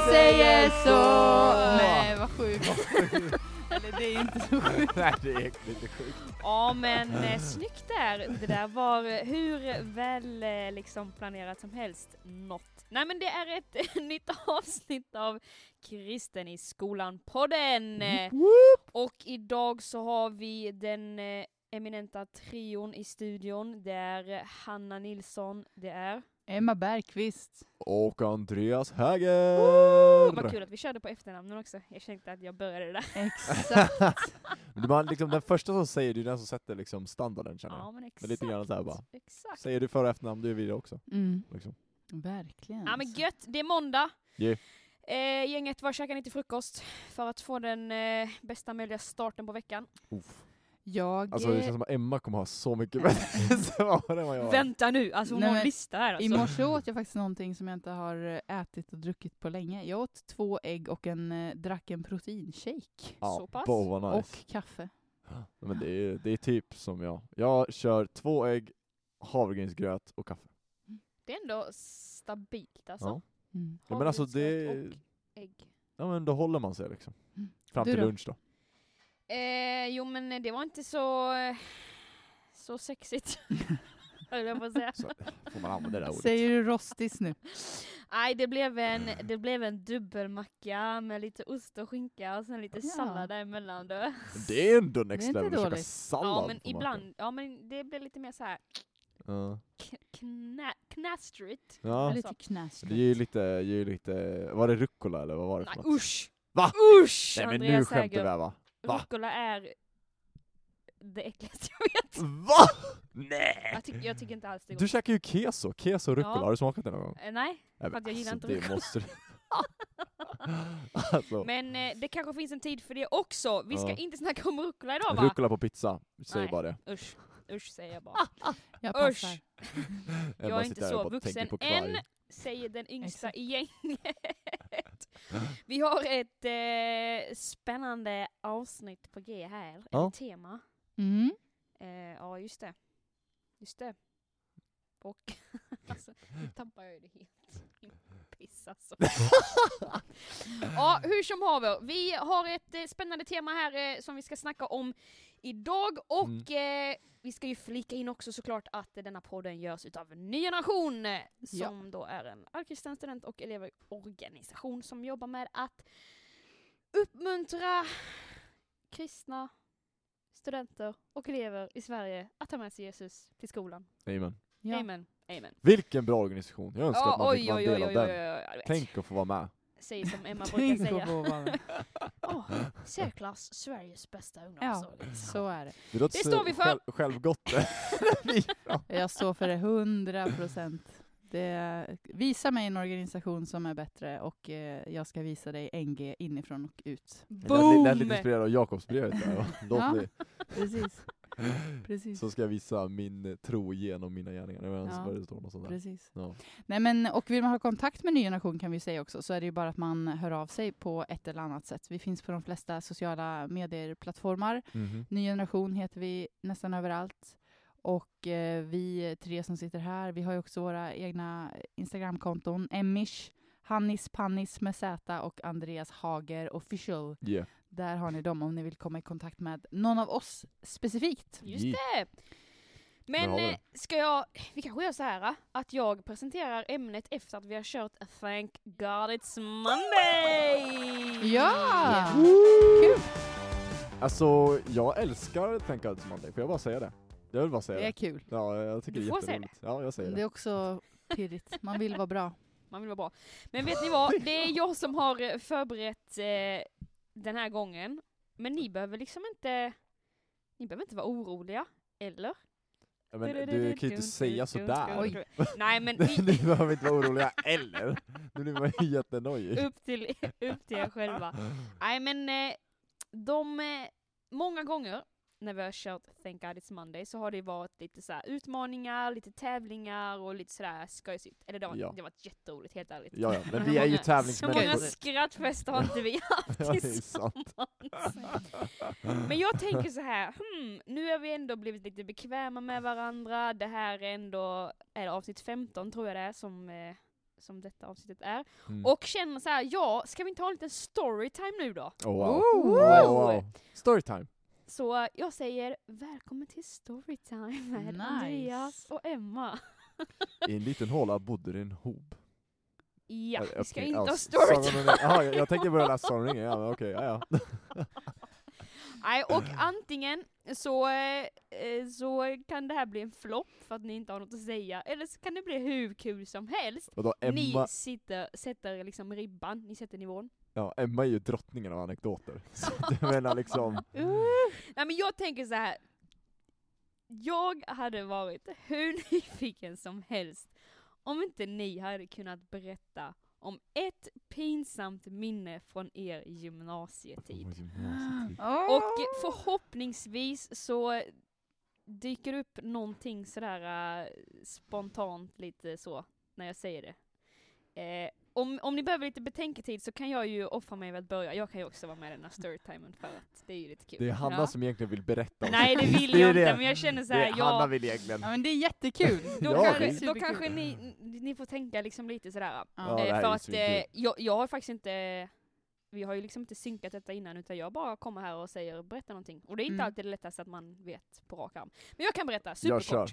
säger så. Nej, vad sjukt. Eller det är inte så sjukt. Nej, det är lite sjukt. Ja, men snyggt där. Det där var hur väl liksom planerat som helst. Nej, men det är ett nytt avsnitt av Kristen i skolan-podden. Och idag så har vi den eminenta trion i studion. Det är Hanna Nilsson, det är Emma Bergqvist. Och Andreas Häger. Vad kul att vi körde på efternamnen också. Jag tänkte att jag började där. Exakt. Men man, liksom, den första som säger det är den som sätter liksom, standarden, känner jag. Ja, men exakt. Men lite grann så här bara. Exakt. Säger du för- och efternamn, du är vi det också. Liksom. Verkligen. Ja, men gött. Det är måndag. Yeah. Gänget var käka lite frukost för att få den bästa möjliga starten på veckan. Alltså det känns som att Emma kommer ha så mycket bättre svar än vad jag har. Vänta nu, alltså hon har en lista här. Alltså. I morse åt jag faktiskt någonting som jag inte har ätit och druckit på länge. Jag åt 2 ägg och drack en proteinshake. Ja, Så pass. vad nice. Och kaffe. Men det är typ som jag. Jag kör 2 ägg, havregrynsgröt och kaffe. Det är ändå stabilt alltså. Ja. Ja, men alltså det... Och ägg. Ja, men då håller man sig liksom. Fram till lunch då. Jo, men det var inte så sexigt. Höll jag på att säga. Så får man använda det där ordet. Säger du rostis nu? Nej, det blev en dubbelmacka med lite ost och skinka och sen lite sallad däremellan då. Det är ändå next inte level att käka dåligt. sallad. Ja, men ibland, men det blev lite mer så här knastrigt. Ja. Lite knastrigt. Det är ju lite, var det rucola eller vad var det för Nej, något? usch! Va? Usch! Nej, men Andreas nu skämtar Häger. vi här, va? Rucola är det äckligaste jag vet. Va? Nej! Jag tycker inte alls det är Du gott. käkar ju keso och rucola. Ja. Har du smakat det någon gång? Nej, för att jag gillar inte det rucola. måste du. Alltså, Men det kanske finns en tid för det också. Vi ska inte snacka om rucola idag, va? rucola på pizza, säg Nej. bara det. Usch säger jag bara. Jag passar. Usch! Emma Jag är sitter inte här så och bara tänker vuxen på kvarg. än, säger den yngsta Exakt. i gänget. Vi har ett spännande avsnitt på G här. Ja. Ett tema. Ja, just det. Och alltså, nu tappar jag ju det helt. Piss alltså. Ja, hur som haver. Vi har ett spännande tema här som vi ska snacka om idag. Och vi ska ju flika in också såklart att denna podden görs utav Ny Generation. Som då är en allkristen student- och elevorganisation som jobbar med att uppmuntra kristna studenter och elever i Sverige att ta med sig Jesus till skolan. Amen. Ja. Amen. Vilken bra organisation. Jag önskar att man fick vara en del av den. Oj. Tänk att få vara med. Säger som Emma brukar Tänk säga. på vad Särklass, Sveriges bästa Ja, ungdomsorganisation. så är det. Det står vi för. Självgott. Jag står för det 100%. Visa mig en organisation som är bättre och jag ska visa dig NG inifrån och ut. Boom! Jag är lite inspirerad av Jakobsbrevet där. Ja. Precis. Så ska jag visa min tro genom mina gärningar. Jag önskar vad det står något sånt där. Precis. Ja. Nej, men, och vill man ha kontakt med Ny Generation kan vi säga också, så är det ju bara att man hör av sig på ett eller annat sätt. Vi finns på de flesta sociala medier-plattformar. Ny Generation heter vi nästan överallt. Och vi 3 som sitter här, vi har ju också våra egna Instagram-konton. Emmish, Hannis Pannis med Z och Andreas Hager Official. Yeah. Där har ni dem om ni vill komma i kontakt med någon av oss specifikt. Just det! Men vi kanske gör så här att jag presenterar ämnet efter att vi har kört Thank God It's Monday! Ja! Kul! Alltså, jag älskar Thank God It's Monday. Får jag bara säga det? Jag vill bara säga Det är kul. Ja, jag tycker Du det är får säga jätteroligt. Ja, jag säger Det det. är också pirrigt. Man vill vara bra. Man vill vara bra. Men vet ni vad? Det är jag som har förberett den här gången. Men ni behöver liksom inte vara oroliga, eller? Ja, men du kan ju inte säga sådär. Oj. Nej, men Ni behöver inte vara oroliga, eller? Nu blir man ju jättenojig. upp till er själva. Nej, men många gånger när vi har kört Thank God It's Monday så har det varit lite så här utmaningar, lite tävlingar och lite sådär skojsigt. Eller det har varit jätteroligt, helt ärligt. Ja, men vi är ju Så tävlingsmänniskor. många skrattfester har inte vi haft Ja, det är sant. tillsammans. Men jag tänker så här, nu har vi ändå blivit lite bekväma med varandra. Det här är avsnitt 15 tror jag det är som detta avsnittet är. Mm. Och känner så här, ja, ska vi inte ha en liten storytime nu då? Oh, wow. Wow. Storytime. Så jag säger välkommen till storytime med Nice. Andreas och Emma. I en liten håla bodde det en hob. Ja, vi ska Okej, inte ja, ha storytime. Sagan om ringen. Jaha, jag tänkte börja läsa Sagan om ringen. Ja, men okej, ja. Nej, och antingen så kan det här bli en flopp för att ni inte har något att säga, eller så kan det bli hur kul som helst. Och då Ni Emma, sätter liksom ribban, ni sätter nivån. ja, Emma är ju drottningen av anekdoter. Så jag menar liksom... Nej, men jag tänker så här. Jag hade varit hur nyfiken som helst om inte ni hade kunnat berätta om ett pinsamt minne från er gymnasietid. Och förhoppningsvis så dyker upp någonting sådär spontant lite så när jag säger det. Om ni behöver lite betänketid så kan jag ju offra mig vid att börja. Jag kan ju också vara med i den här storytimen för att det är ju lite kul. Det är Hanna som egentligen vill berätta om Nej, det vill Det är jag det. inte, men jag känner så här, Hanna vill egentligen. Ja, men det är jättekul. Då, Ja, kanske, det är då superkul. kanske ni får tänka liksom lite sådär. Ja, det här För är att svinkul. jag har faktiskt inte, vi har ju liksom inte synkat detta innan, utan jag bara kommer här och säger berätta någonting. Och det är inte alltid det lättaste att man vet på rak arm. Men jag kan berätta Jag superkort. kör.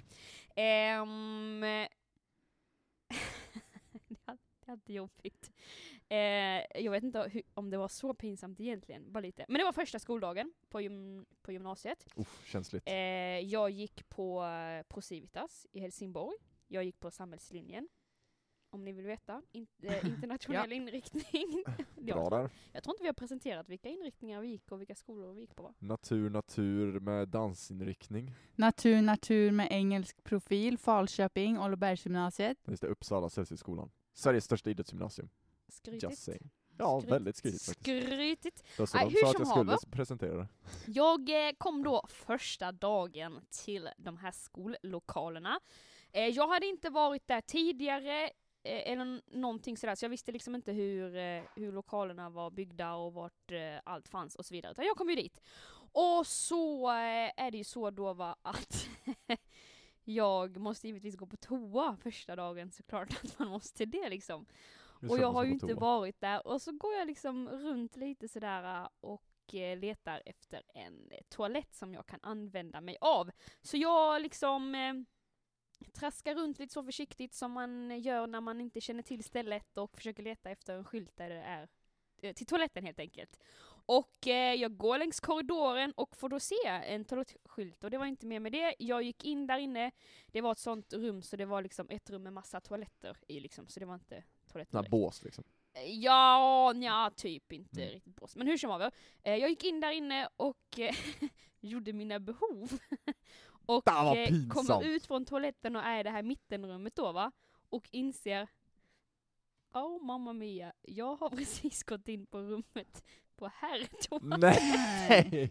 Det är alltid jobbigt. Jag vet inte om det var så pinsamt egentligen, bara lite. Men det var första skoldagen på gymnasiet. Känsligt. Jag gick på Procivitas i Helsingborg. Jag gick på samhällslinjen. Om ni vill veta. Internationell inriktning. Bra där. Jag tror inte vi har presenterat vilka inriktningar vi gick och vilka skolor vi gick på, va? Natur med dansinriktning. Natur med engelsk profil, Falköping, Ålborgsgymnasiet. Just det, Uppsala Celsiusskolan. Sveriges största idrottsgymnasium. Just Skrytigt. saying. Ja, väldigt skrytigt faktiskt. Skrytigt. Det var så Nej, de hur sa att som jag skulle haver. presentera det. Jag kom då första dagen till de här skollokalerna. Jag hade inte varit där tidigare eller någonting sådär, så jag visste liksom inte hur lokalerna var byggda och vart allt fanns och så vidare. Så jag kom ju dit. Och så är det ju så då, va, att jag måste givetvis gå på toa första dagen, såklart att man måste det liksom. Och jag har ju inte varit där. Och så går jag liksom runt lite sådär och letar efter en toalett som jag kan använda mig av. Så jag liksom traskar runt lite så försiktigt som man gör när man inte känner till stället och försöker leta efter en skylt där det är till toaletten helt enkelt. Och jag går längs korridoren och får då se en toalettskylt, och det var inte mer med det. Jag gick in där inne. Det var ett sånt rum, så det var liksom ett rum med massa toaletter i liksom, så det var inte toaletter. Bås liksom. Ja, typ inte riktigt bås. Men hur som helst. Jag gick in där inne och gjorde mina behov. Och kommer ut från toaletten och är i det här mittenrummet då, va? Och inser, mamma mia, jag har precis gått in på rummet på herrtoaletten. Nej!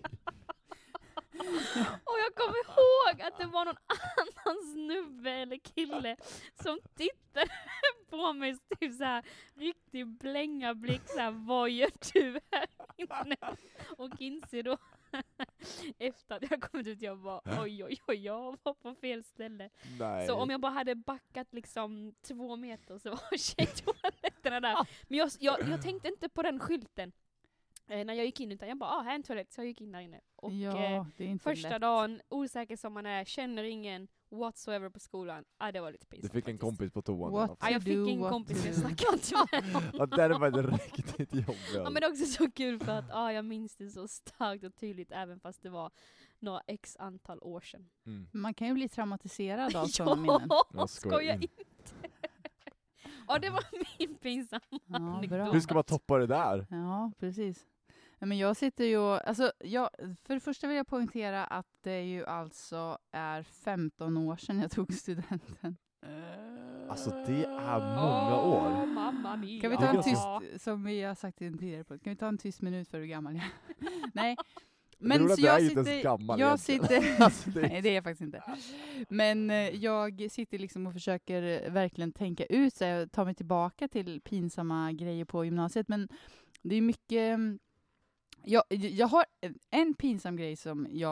Och jag kommer ihåg att det var någon annan snubbe eller kille som tittade på mig typ så här riktigt blänga blick så här, vad gör du här inne? Och inser då efter att jag kommit ut, jag bara oj, jag var på fel ställe. Nej. Så om jag bara hade backat liksom 2 meter så var tjejtoaletterna där. Men jag tänkte inte på den skylten när jag gick in, utan jag bara, här är en toalett, så jag gick in där inne. Och det är inte första lätt. dagen, osäker som man är, känner ingen whatsoever på skolan. Det var lite pinsamt. Du fick en kompis på toan. Jag fick ingen kompis, jag snackade inte med honom. Ja, det var det riktigt jobbigt. Ja, men det är också så kul för att jag minns det så starkt och tydligt, även fast det var några antal år sedan. Man kan ju bli traumatiserad av sådana minnen. Ja, skojar inte. Ja, det var min pinsamma anekdot. Hur ska man toppa det där? Ja, precis. Men jag sitter ju, för det första vill jag poängtera att det ju alltså är 15 år sedan jag tog studenten. Alltså det är många år. Mamma mia. Kan vi ta en tyst, som vi har sagt i en tidigare podd, kan vi ta en tyst minut för hur gammal jag är? Nej. Men så jag sitter, nej det är jag faktiskt inte. Men jag sitter liksom och försöker verkligen tänka ut sig och ta mig tillbaka till pinsamma grejer på gymnasiet. Men det är mycket, jag har en pinsam grej som jag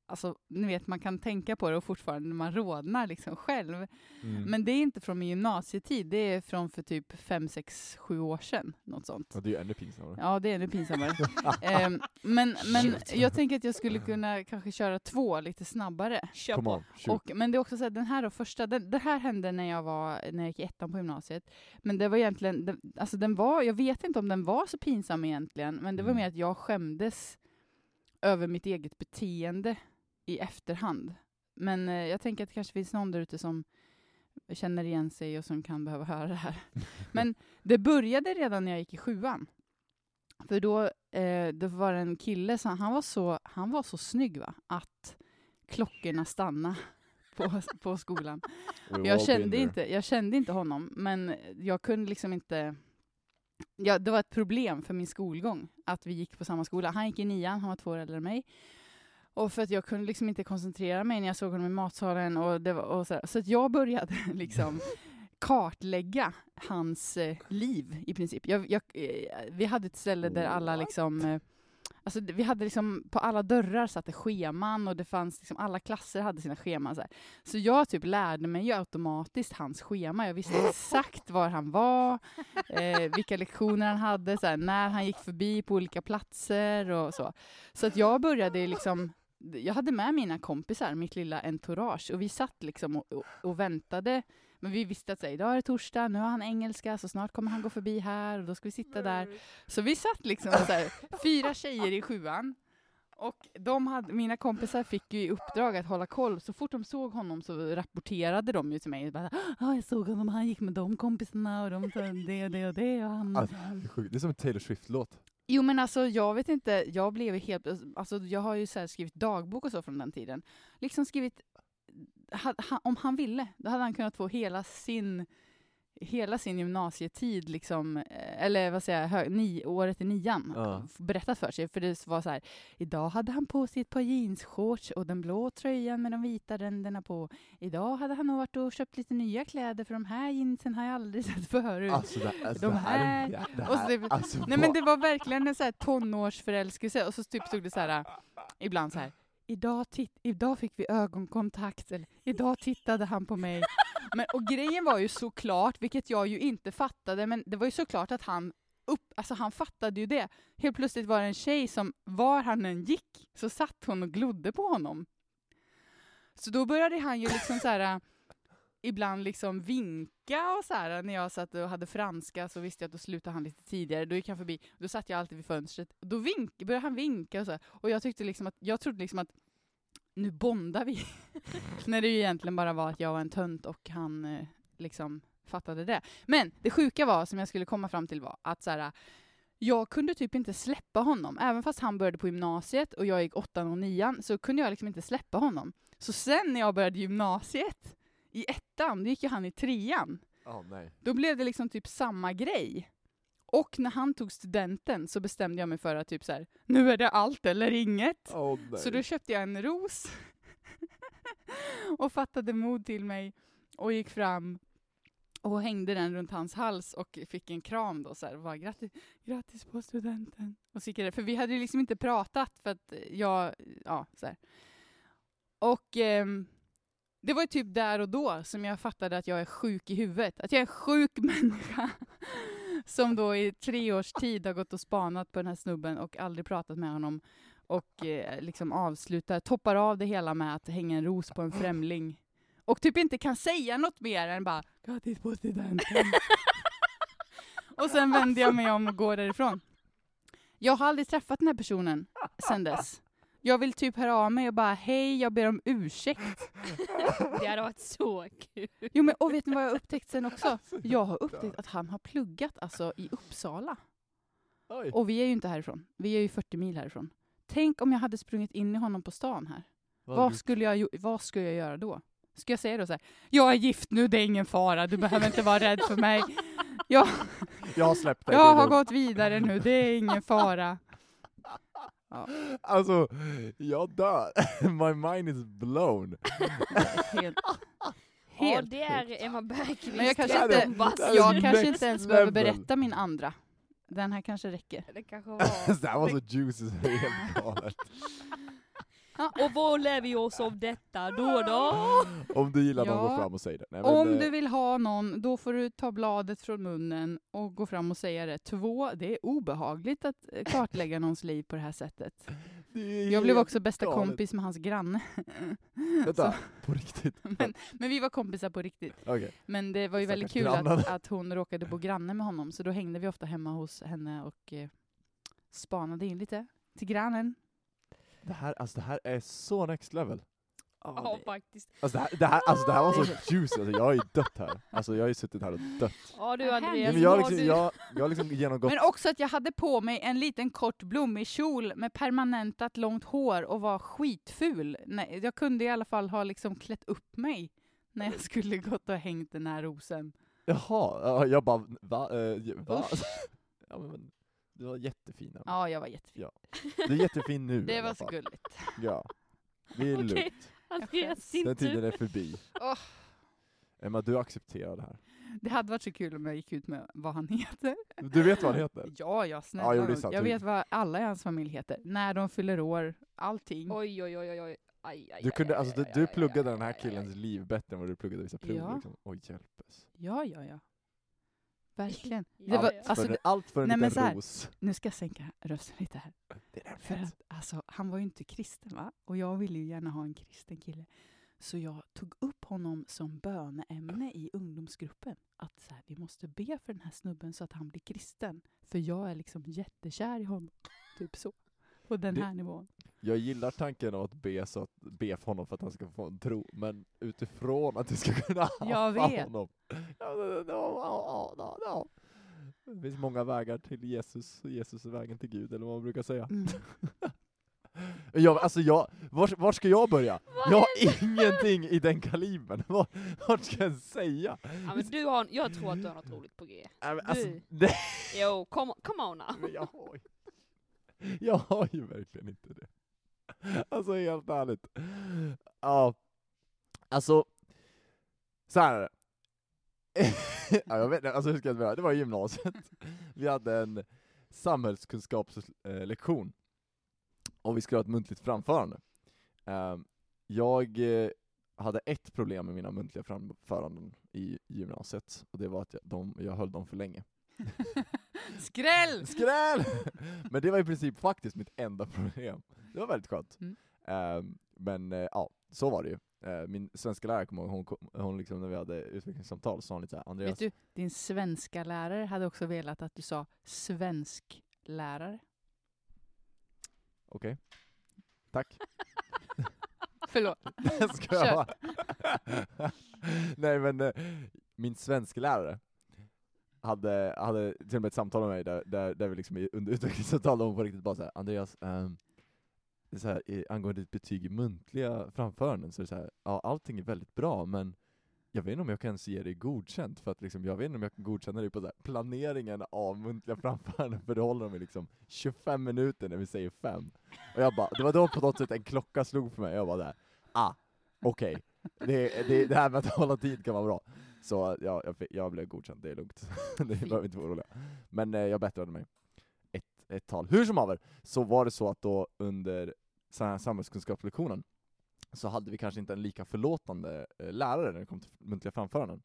alltså, ni vet, man kan tänka på det och fortfarande man rodnar liksom själv. Men det är inte från min gymnasietid, det är från för typ 5, 6, 7 år sedan, något sånt. Ja, det är ju ännu pinsammare. Ja, det är ännu pinsammare. Men jag tänker att jag skulle kunna kanske köra 2 lite snabbare. Men det är också så här, den här då, första, det här hände när jag gick i 1:an på gymnasiet. Men det var egentligen, alltså jag vet inte om den var så pinsam egentligen, men det var mer att jag skämdes över mitt eget beteende i efterhand. Men jag tänker att det kanske finns någon där ute som känner igen sig och som kan behöva höra det här. Men det började redan när jag gick i 7:an. För då det var en kille, så han var så snygg, va? Att klockorna stannade på skolan. Jag kände inte honom, men jag kunde liksom inte... Ja, det var ett problem för min skolgång att vi gick på samma skola. Han gick i 9:an, han var 2 år äldre än mig. Och för att jag kunde liksom inte koncentrera mig när jag såg honom i matsalen. Så att jag började liksom kartlägga hans liv i princip. Vi hade ett ställe där alla liksom... Alltså vi hade liksom på alla dörrar satte scheman och det fanns liksom, alla klasser hade sina scheman så jag typ lärde mig ju automatiskt hans schema. Jag visste exakt var han var, vilka lektioner han hade, så här, när han gick förbi på olika platser och så. Så att jag började liksom, jag hade med mina kompisar, mitt lilla entourage, och vi satt liksom och väntade. Men vi visste att idag är det torsdag, nu har han engelska, så snart kommer han gå förbi här och då ska vi sitta där. Så vi satt liksom så här, 4 tjejer i 7:an. Och mina kompisar fick ju i uppdrag att hålla koll. Så fort de såg honom så rapporterade de ju till mig. Jag såg honom, han gick med de kompisarna och de sa det och det. Och han... Det är som en Taylor Swift-låt. Jo, men alltså jag vet inte, jag blev helt... Alltså jag har ju så här skrivit dagbok och så från den tiden. Liksom skrivit... om han ville, då hade han kunnat få hela sin gymnasietid liksom, eller vad säger jag, året i 9:an berättat för sig, för det var så här: idag hade han på sig ett par jeansshorts och den blå tröjan med de vita ränderna på. Idag hade han nog varit och köpt lite nya kläder, för de här jeansen har jag aldrig sett förut. Nej, men det var verkligen en så här tonårsförälskelse, och så typ stod det så här ibland så här: Idag fick vi ögonkontakt, eller idag tittade han på mig. Och grejen var ju såklart, vilket jag ju inte fattade, men det var ju såklart att han fattade ju det. Helt plötsligt var det en tjej som, var han än gick, så satt hon och glodde på honom. Så då började han ju liksom så här ibland liksom vinka och så här. När jag satt och hade franska så visste jag att då slutade han lite tidigare. Då gick han förbi. Då satt jag alltid vid fönstret. Då började han vinka och så. Och jag trodde liksom att nu bondar vi. När det ju egentligen bara var att jag var en tönt och han liksom fattade det. Men det sjuka var, som jag skulle komma fram till, var att så här, jag kunde typ inte släppa honom. Även fast han började på gymnasiet och jag gick 8:an och 9:an, så kunde jag liksom inte släppa honom. Så sen när jag började gymnasiet i 1:an, då gick ju han i 3:an. Nej. Då blev det liksom typ samma grej. Och när han tog studenten så bestämde jag mig för att typ så här, nu är det allt eller inget. Så då köpte jag en ros och fattade mod till mig och gick fram och hängde den runt hans hals och fick en kram då så här, var grattis på studenten. Och så gick det, för vi hade ju liksom inte pratat, för att så här. Och det var ju typ där och då som jag fattade att jag är sjuk i huvudet. Att jag är en sjuk människa som då i 3 års tid har gått och spanat på den här snubben och aldrig pratat med honom. Och liksom toppar av det hela med att hänga en ros på en främling. Och typ inte kan säga något mer än bara grattis på studenten. Och sen vände jag mig om och går därifrån. Jag har aldrig träffat den här personen sen dess. Jag vill typ höra av mig och bara, hej, jag ber om ursäkt. Det hade varit så kul. Jo, men och vet ni vad jag har upptäckt sen också? Jag har upptäckt att han har pluggat alltså i Uppsala. Oj. Och vi är ju inte härifrån. Vi är ju 40 mil härifrån. Tänk om jag hade sprungit in i honom på stan här. Vad skulle jag göra då? Ska jag säga då så här: jag är gift nu, det är ingen fara. Du behöver inte vara rädd för mig. Jag har släppt dig. Jag har gått vidare nu, det är ingen fara. Ja. Alltså, jag dör. My mind is blown. Helt. Ja, det är Emma Bergqvist. Men jag kanske inte ens behöver berätta min andra. Den här kanske räcker. Det kanske var. That was a juicy, helt galet. Och vad lär vi oss av detta då? Om du gillar någon, Ja. gå fram och säg det. Nej, men, Om du vill ha någon, då får du ta bladet från munnen och gå fram och säga det. 2, det är obehagligt att kartlägga någons liv på det här sättet. Jag blev också bästa kompis med hans granne. Vänta, på riktigt? Men vi var kompisar på riktigt. Okay. Men det var ju väldigt kul att hon råkade bo granne med honom. Så då hängde vi ofta hemma hos henne och spanade in lite till grannen. Det här är så next level. Ja, faktiskt. Det här var så juicy. Alltså, jag har ju dött här. Alltså, jag har ju suttit här och dött. Ja, du Andreas. Men jag har liksom genomgått... Men också att jag hade på mig en liten kort blommig kjol med permanentat långt hår och var skitful. Nej, jag kunde i alla fall ha liksom klätt upp mig när jag skulle gått och hängt den här rosen. Jaha, jag bara, va? Ja, men du var jättefin. Ja, jag var jättefin. Ja. Du är jättefin nu. Det var så gulligt. Ja, det är lugnt. Andreas, den tiden är förbi. Oh. Emma, du accepterar det här. Det hade varit så kul om jag gick ut med vad han heter. Du vet vad han heter? Ja, snälla. Ja, jag vet vad alla i hans familj heter. När de fyller år, allting. Oj. Du pluggade den här killens liv bättre än vad du pluggade vissa prov. Ja. Liksom. Oj, hjälpes. Ja. Verkligen. Allt för en liten ros. Nu ska jag sänka rösten lite här. För att alltså, han var ju inte kristen, va? Och jag ville ju gärna ha en kristen kille. Så jag tog upp honom som böneämne i ungdomsgruppen. Att så här, vi måste be för den här snubben så att han blir kristen. För jag är liksom jättekär i honom. Typ så. På den här nivån. Jag gillar tanken av att be för honom för att han ska få en tro. Men utifrån att du ska kunna haffa honom. Ja. Det finns många vägar till Jesus. Och Jesus är vägen till Gud, eller vad man brukar säga. Var ska jag börja? Jag har ingenting i den kalibern. Vart ska jag säga? Ja, men jag tror att du har något roligt på G. Jo, come on now. Men jag har ju verkligen inte det. Alltså helt ärligt. Ja. Alltså så här. Jag vet inte, alltså hur ska jag säga? Det var i gymnasiet. Vi hade en samhällskunskapslektion. Och vi skulle ha ett muntligt framförande. Jag hade ett problem med mina muntliga framföranden i gymnasiet. Och det var att jag höll dem för länge. Skräll! Men det var i princip faktiskt mitt enda problem. Det var väldigt skönt. Men så var det ju. Min svenska lärare kom ihåg, hon liksom, när vi hade utvecklingssamtal, sa hon lite så här, Andreas. Vet du, din svenska lärare hade också velat att du sa svensk lärare. Okej. Tack. Förlåt. Kör. Nej, men min svenska lärare hade till och med ett samtal med mig där vi liksom under utvecklingssamtal om på riktigt bara så här, Andreas, så här, angående ditt betyg i muntliga framföranden, så är det så här, ja, allting är väldigt bra, men jag vet inte om jag kan ge det godkänt, för att liksom, jag vet inte om jag kan godkänna det på så här, planeringen av muntliga framföranden, för det håller de i liksom 25 minuter när vi säger 5. Och jag bara, det var då på något sätt en klocka slog för mig. Jag bara där, okej. Det här med att hålla tid kan vara bra. Så jag blev godkänd, det är lugnt. Det behöver inte vara roliga. Men jag bättrade mig ett tal. Hur som haver, så var det så att då under samhällskunskapslektionen så hade vi kanske inte en lika förlåtande lärare när det kom till muntliga framföranden.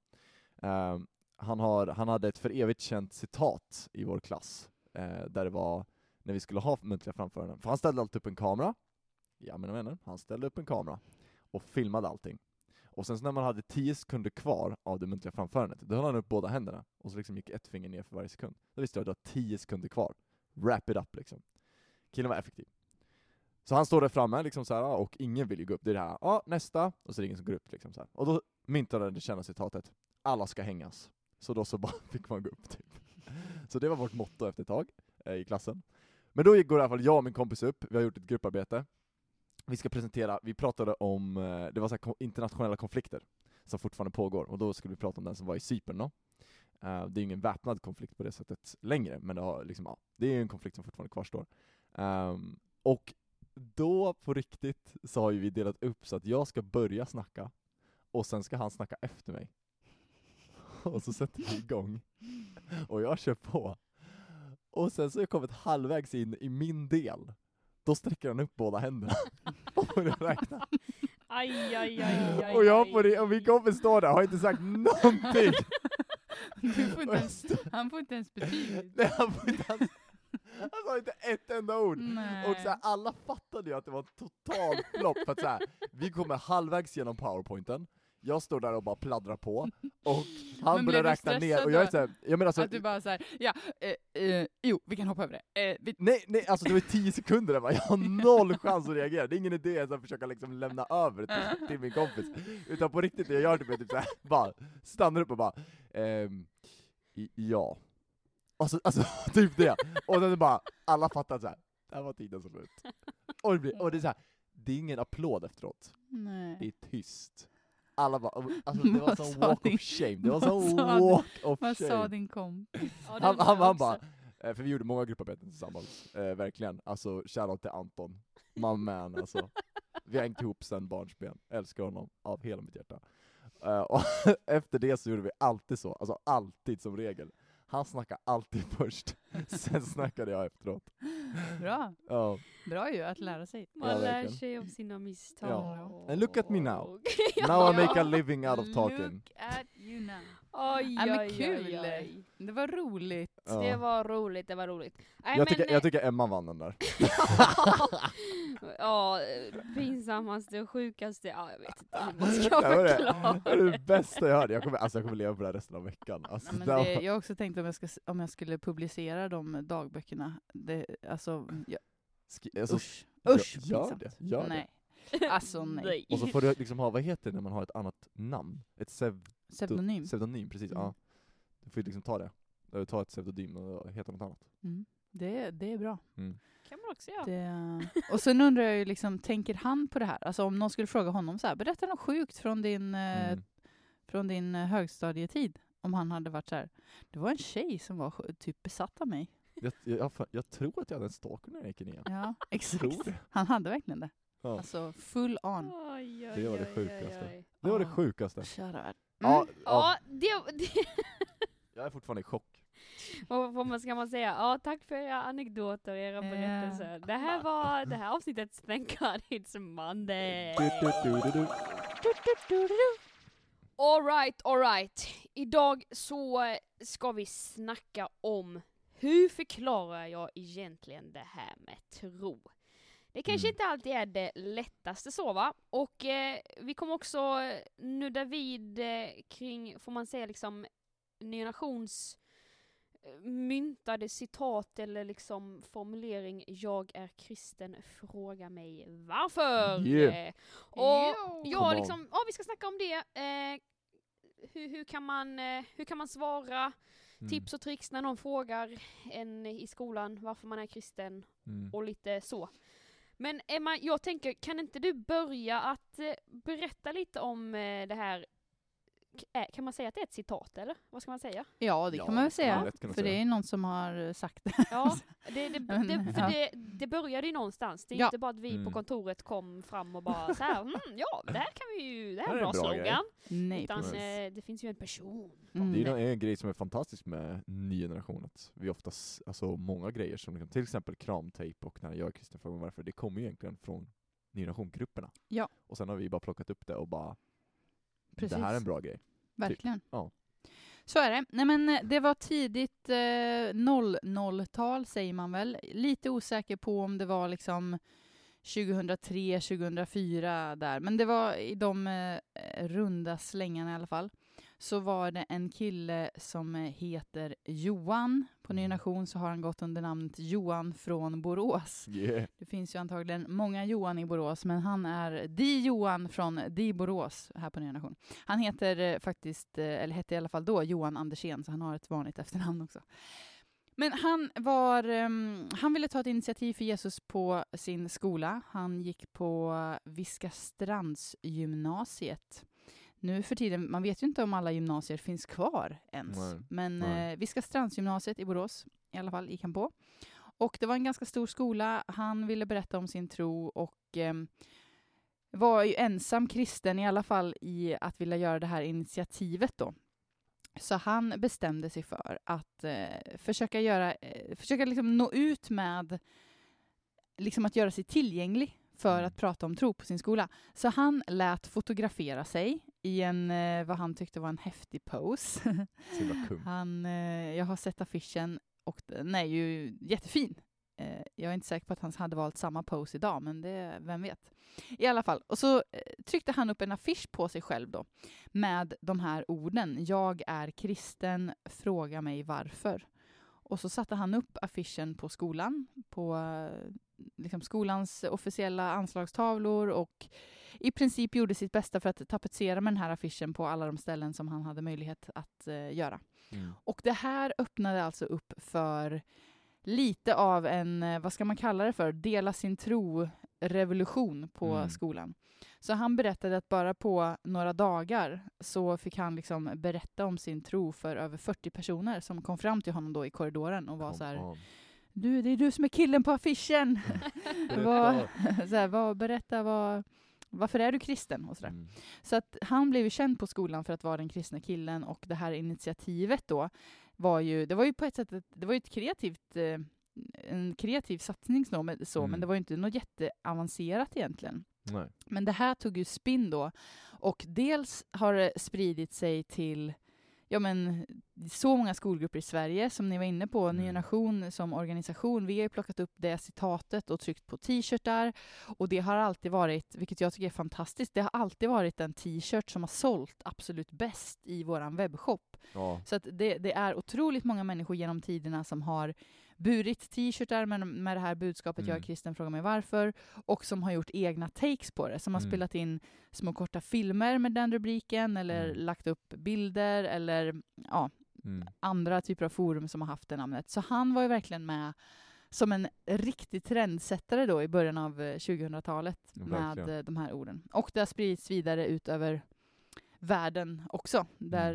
Han hade ett för evigt känt citat i vår klass, där det var när vi skulle ha muntliga framföranden. För han ställde alltid upp en kamera. Ja, mina vänner, han ställde upp en kamera och filmade allting. Och sen så när man hade 10 sekunder kvar av det muntliga framförandet, då höll han upp båda händerna och så liksom gick ett finger ner för varje sekund. Då visste jag att det var 10 sekunder kvar. Wrap it up liksom. Killen var effektiv. Så han står där framme liksom så här, och ingen vill ju gå upp. Det är det här, nästa, och så är det ingen som går upp liksom så här. Och då myntade det kända citatet, alla ska hängas. Så då så bara fick man gå upp typ. Så det var vårt motto efter ett tag i klassen. Men då går i alla fall jag och min kompis upp, vi har gjort ett grupparbete. Vi ska presentera, vi pratade om, det var så här internationella konflikter som fortfarande pågår. Och då skulle vi prata om den som var i Cypern då. Det är ingen väpnad konflikt på det sättet längre, men det är en konflikt som fortfarande kvarstår. Och då på riktigt så har ju vi delat upp så att jag ska börja snacka och sen ska han snacka efter mig. Och så sätter vi igång. Och jag kör på. Och sen så har jag kommit halvvägs in i min del. då sträcker han upp båda händerna och börjar räkna. Aj. Och jag och min kompis står där och har inte sagt någonting. Han får inte ens betyg. Nej, han sa inte ett enda ord. Nej. Och så här, alla fattade ju att det var en total flopp. För att så här, vi kommer halvvägs genom PowerPointen. Jag står där och bara pladdrar på. Och han Men börjar blev du räkna ner. stressad Och jag är då? så här, jag menar alltså, Att du bara såhär, jo, vi kan hoppa över det. nej, alltså det var 10 sekunder där, va? Jag har noll chans att reagera. Det är ingen idé att försöka liksom lämna över till min kompis. Utan på riktigt, det jag gör typ så här, bara stannar upp och bara, ja. Alltså typ det. Och sen bara, alla fattar så här, det här var tiden som slut. Och det är så här, det är ingen applåd efteråt. Nej. Det är tyst. Alla bara, alltså det var sån walk of shame. Det var sån Vad walk of Vad sa shame. din kompis? Ja, Han bara, för vi gjorde många grupparbeten tillsammans, verkligen. Alltså shoutout till Anton, my man alltså. Vi har hängt ihop sen barnsben, älskar honom av hela mitt hjärta. Och efter det så gjorde vi alltid så, alltså alltid som regel. Han snackade alltid först, sen snackade jag efteråt. Bra. Ja. Bra ju att lära sig. Man Ja, lär verkligen. sig av sina misstag. Ja. And look at me now. Ja. Now I make a living out of talking. Look at you now. Aj, Ja, men aj, kul. aj, aj. Det var roligt. Ja. Det var roligt. Nej, Jag tycker Emma vann den där. Ja, pinsammaste och sjukaste, ja, jag vet inte hur man ska Det var det. förklara. Det är det bästa jag hörde. Jag kommer leva på det här resten av veckan. Alltså, Ja, men det var- jag har också tänkt om jag skulle publicera de dagböckerna. Alltså, alltså, usch. gör pinsamt. det. Gör det. Nej. Alltså nej. Och så får du liksom ha, vad heter det när man har ett annat namn? Ett Pseudonym. pseudonym, precis. Mm. Ja. Du får ju liksom ta det. Du tar ett pseudonym och heter något annat. Mm. Det är bra. Mm. Kan man också göra. Och sen undrar jag ju liksom, tänker han på det här? Alltså om någon skulle fråga honom så här, berätta något sjukt från din högstadietid. Om han hade varit så här, det var en tjej som var typ besatt av mig. Jag tror att jag hade en stalker när jag gick in igen. Ja, Jag tror exakt. det. Han hade verkligen det. Ja. Alltså full on. Det var det sjukaste. Aj. Det var det Ja. sjukaste. Kära värld. Ja, Ja, ja, det jag är fortfarande i chock. vad ska man säga? Ja, tack för era anekdoter och era berättelser. Det här var det här avsnittet. Thank God it's Monday. Du. All right. Idag så ska vi snacka om hur förklarar jag egentligen det här med tro. Det kanske inte alltid är det lättaste så, va? Och vi kommer också nudda vid kring, får man säga liksom, Ny Nations myntade citat eller liksom formulering, jag är kristen, fråga mig varför. Yeah. Och Come ja, on. liksom, ja, vi ska snacka om det. Hur kan man svara? Tips och tricks när någon frågar en i skolan varför man är kristen och lite så. Men Emma, jag tänker, kan inte du börja att berätta lite om det här? Kan man säga att det är ett citat, eller? Vad ska man säga? Ja, det kan man väl säga. lätt kunna För säga. det är någon som har sagt det. Ja, Men, det började ju någonstans. Det är Ja. inte bara att vi på kontoret kom fram och bara så här, ja, det här kan vi ju, det här är en bra grej. slogan. Nej, Utan precis. det finns ju en person. Mm. Det är en grej som är fantastisk med ny generation. Att vi oftast, alltså många grejer som liksom, till exempel kramtejp och när jag är kristen frågan varför, det kommer ju egentligen från ny generation-grupperna. Ja. Och sen har vi bara plockat upp det och bara, Precis. det här är en bra grej. Verkligen. Ja. Så är det. Nej, men det var tidigt 00-tal säger man väl. Lite osäker på om det var liksom 2003, 2004 där. Men det var i de runda slängarna i alla fall. Så var det en kille som heter Johan. På Ny Nation så har han gått under namnet Johan från Borås. Yeah. Det finns ju antagligen många Johan i Borås, men han är Johan från Borås här på Nya Nation. Han heter faktiskt, eller hette i alla fall då, Johan Andersén, så han har ett vanligt efternamn också. Men han ville ta ett initiativ för Jesus på sin skola. Han gick på Viskastrandsgymnasiet. Nu för tiden, man vet ju inte om alla gymnasier finns kvar ens. Nej. Men Nej. Viskastrandsgymnasiet i Borås i alla fall gick han på. Och det var en ganska stor skola. Han ville berätta om sin tro och var ju ensam kristen i alla fall i att vilja göra det här initiativet då. Så han bestämde sig för att försöka liksom nå ut med liksom att göra sig tillgänglig för att prata om tro på sin skola. Så han lät fotografera sig i en, vad han tyckte var en häftig pose. Jag har sett affischen och den är ju jättefin. Jag är inte säker på att han hade valt samma pose idag, men vem vet. I alla fall. Och så tryckte han upp en affisch på sig själv då med de här orden. Jag är kristen, fråga mig varför. Och så satte han upp affischen på skolan, på liksom skolans officiella anslagstavlor och i princip gjorde sitt bästa för att tapetsera med den här affischen på alla de ställen som han hade möjlighet att göra. Och det här öppnade alltså upp för lite av en, vad ska man kalla det för, dela sin tro-revolution på skolan. Så han berättade att bara på några dagar så fick han liksom berätta om sin tro för över 40 personer som kom fram till honom då i korridoren och var så här: du, det är du som är killen på affischen. Berätta varför är du kristen? Och så där. Så att han blev ju känd på skolan för att vara den kristna killen, och det här initiativet då var ju på ett sätt det var ju en kreativ satsning men det var ju inte något jätteavancerat egentligen. Nej. Men det här tog ju spinn då, och dels har det spridit sig till så många skolgrupper i Sverige som ni var inne på. Ny Generation som organisation, vi har ju plockat upp det citatet och tryckt på t-shirtar, och det har alltid varit, vilket jag tycker är fantastiskt, det har alltid varit en t-shirt som har sålt absolut bäst i våran webbshop. Ja. Så att det är otroligt många människor genom tiderna som har burit t-shirtar med det här budskapet, jag är kristen, fråga mig varför, och som har gjort egna takes på det, som har spelat in små korta filmer med den rubriken, eller lagt upp bilder, eller andra typer av forum som har haft det namnet. Så han var ju verkligen med som en riktig trendsättare då i början av 2000-talet med de här orden. Och det har spridits vidare ut över världen också,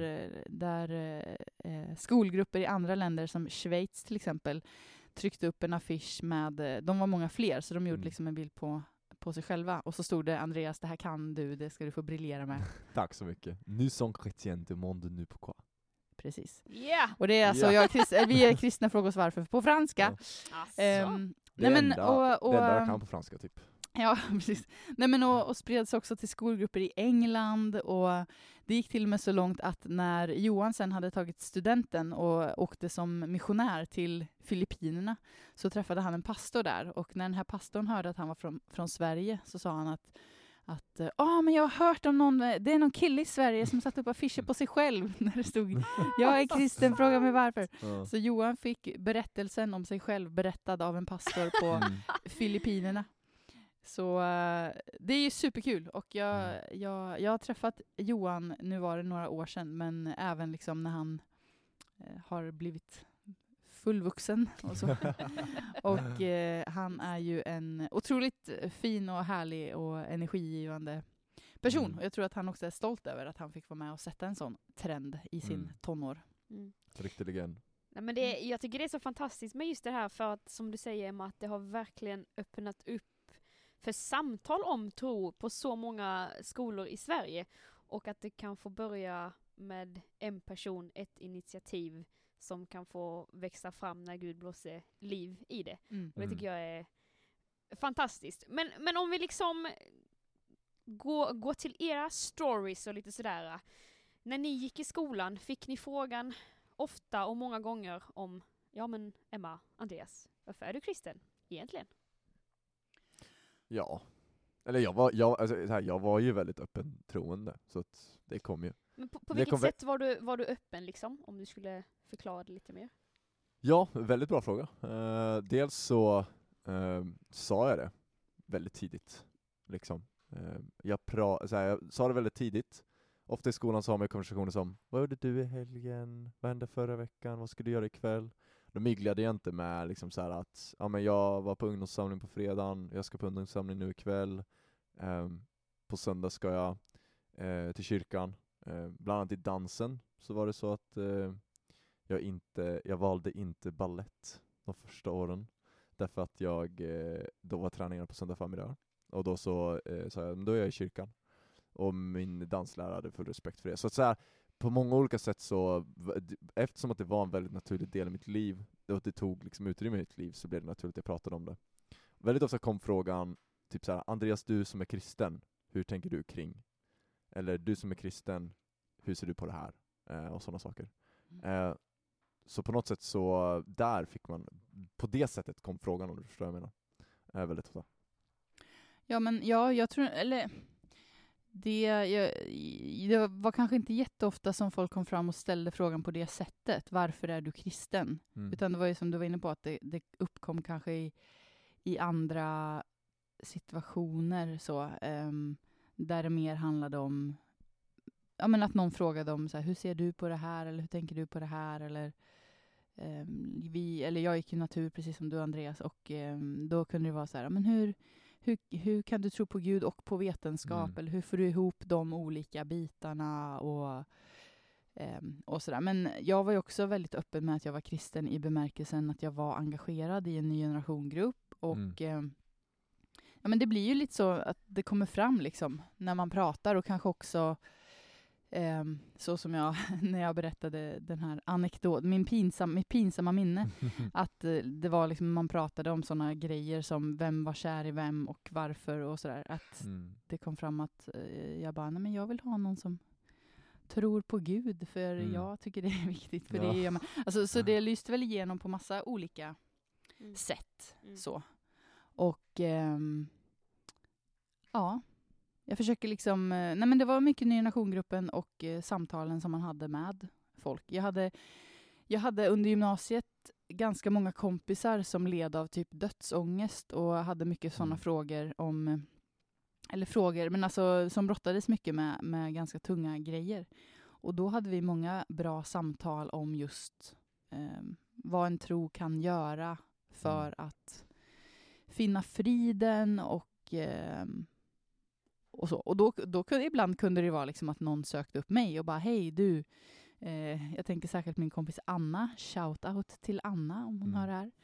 där skolgrupper i andra länder som Schweiz till exempel tryckte upp en affisch med, de var många fler, så de gjorde liksom en bild på sig själva, och så stod det: Andreas, det här kan du, det ska du få briljera med. Tack så mycket. Nous sommes chrétiens du monde nu pourquoi. Precis. Yeah. Och det är alltså vi är kristna, frågor varför på franska. Det enda jag kan på franska typ. Ja, precis. Och spreds också till skolgrupper i England, och det gick till och med så långt att när Johan sen hade tagit studenten och åkte som missionär till Filippinerna, så träffade han en pastor där, och när den här pastorn hörde att han var från Sverige, så sa han att men jag har hört om det är någon kille i Sverige som satt upp affischer på sig själv när det stod jag är kristen, fråga mig varför. Så Johan fick berättelsen om sig själv berättad av en pastor på Filippinerna. Så det är ju superkul, och jag har träffat Johan, nu var det några år sedan, men även liksom när han har blivit fullvuxen och så. Och han är ju en otroligt fin och härlig och energigivande person. Och jag tror att han också är stolt över att han fick vara med och sätta en sån trend i sin tonår. Riktig legend. Nej, men jag tycker det är så fantastiskt med just det här, för att som du säger, Emma, att det har verkligen öppnat upp för samtal om tro på så många skolor i Sverige, och att det kan få börja med en person, ett initiativ som kan få växa fram när Gud blåser liv i det. Och det tycker jag är fantastiskt. Men om vi liksom går till era stories och lite sådär. När ni gick i skolan, fick ni frågan ofta och många gånger om, Emma, Andreas, varför är du kristen egentligen? Ja. Eller jag var ju väldigt öppen troende, så att det kom ju. Men på vilket sätt var du öppen liksom, om du skulle förklara det lite mer? Ja, väldigt bra fråga. Dels så sa jag det väldigt tidigt. Liksom. Jag sa det väldigt tidigt. Ofta i skolan så har man konversationer som: vad gjorde du i helgen? Vad hände förra veckan? Vad ska du göra ikväll? Då myglade jag inte med liksom så här att jag var på ungdomssamling på fredagen, jag ska på ungdomssamling nu ikväll. På söndag ska jag till kyrkan. Bland annat i dansen så var det så att jag valde inte ballett de första åren, därför att jag då var tränare på söndag förmiddag, och då så sa jag, då är jag i kyrkan, och min danslärare hade full respekt för det. Så att så här, på många olika sätt så, eftersom att det var en väldigt naturlig del i mitt liv, och det tog liksom utrymme i mitt liv, så blev det naturligt att jag pratade om det. väldigt ofta kom frågan typ så här: Andreas, du som är kristen, hur tänker du kring? Eller du som är kristen, hur ser du på det här? Och sådana saker. Så på något sätt så där fick man, på det sättet kom frågan, om du förstår vad jag menar. Väldigt ofta. Jag tror, eller det var kanske inte jätteofta som folk kom fram och ställde frågan på det sättet. Varför är du kristen? Utan det var ju som du var inne på, att det uppkom kanske i andra situationer så, där det mer handlade om att någon frågade om så här, hur ser du på det här, eller hur tänker du på det här, eller jag gick ju natur precis som du, Andreas, och då kunde det vara så här, men hur kan du tro på Gud och på vetenskap, eller hur får du ihop de olika bitarna och sådär. Men jag var ju också väldigt öppen med att jag var kristen i bemärkelsen att jag var engagerad i en ny generationgrupp, och men det blir ju lite så att det kommer fram liksom när man pratar, och kanske också så som jag när jag berättade den här anekdoten, mitt pinsamma minne, att det var liksom, man pratade om såna grejer som vem var kär i vem och varför och sådär, att det kom fram att jag bara, nej men jag vill ha någon som tror på Gud, för jag tycker det är viktigt, för det är alltså, så det lyste väl igenom på massa olika sätt så. Och jag försöker liksom, men det var mycket Nya Nation-gruppen och samtalen som man hade med folk. Jag hade under gymnasiet ganska många kompisar som led av typ dödsångest och hade mycket sådana frågor men alltså som brottades mycket med ganska tunga grejer. Och då hade vi många bra samtal om just vad en tro kan göra för att finna friden och så. Och då ibland kunde det vara liksom att någon sökte upp mig och bara, hej du, jag tänker särskilt min kompis Anna, shout out till Anna om hon hör det här.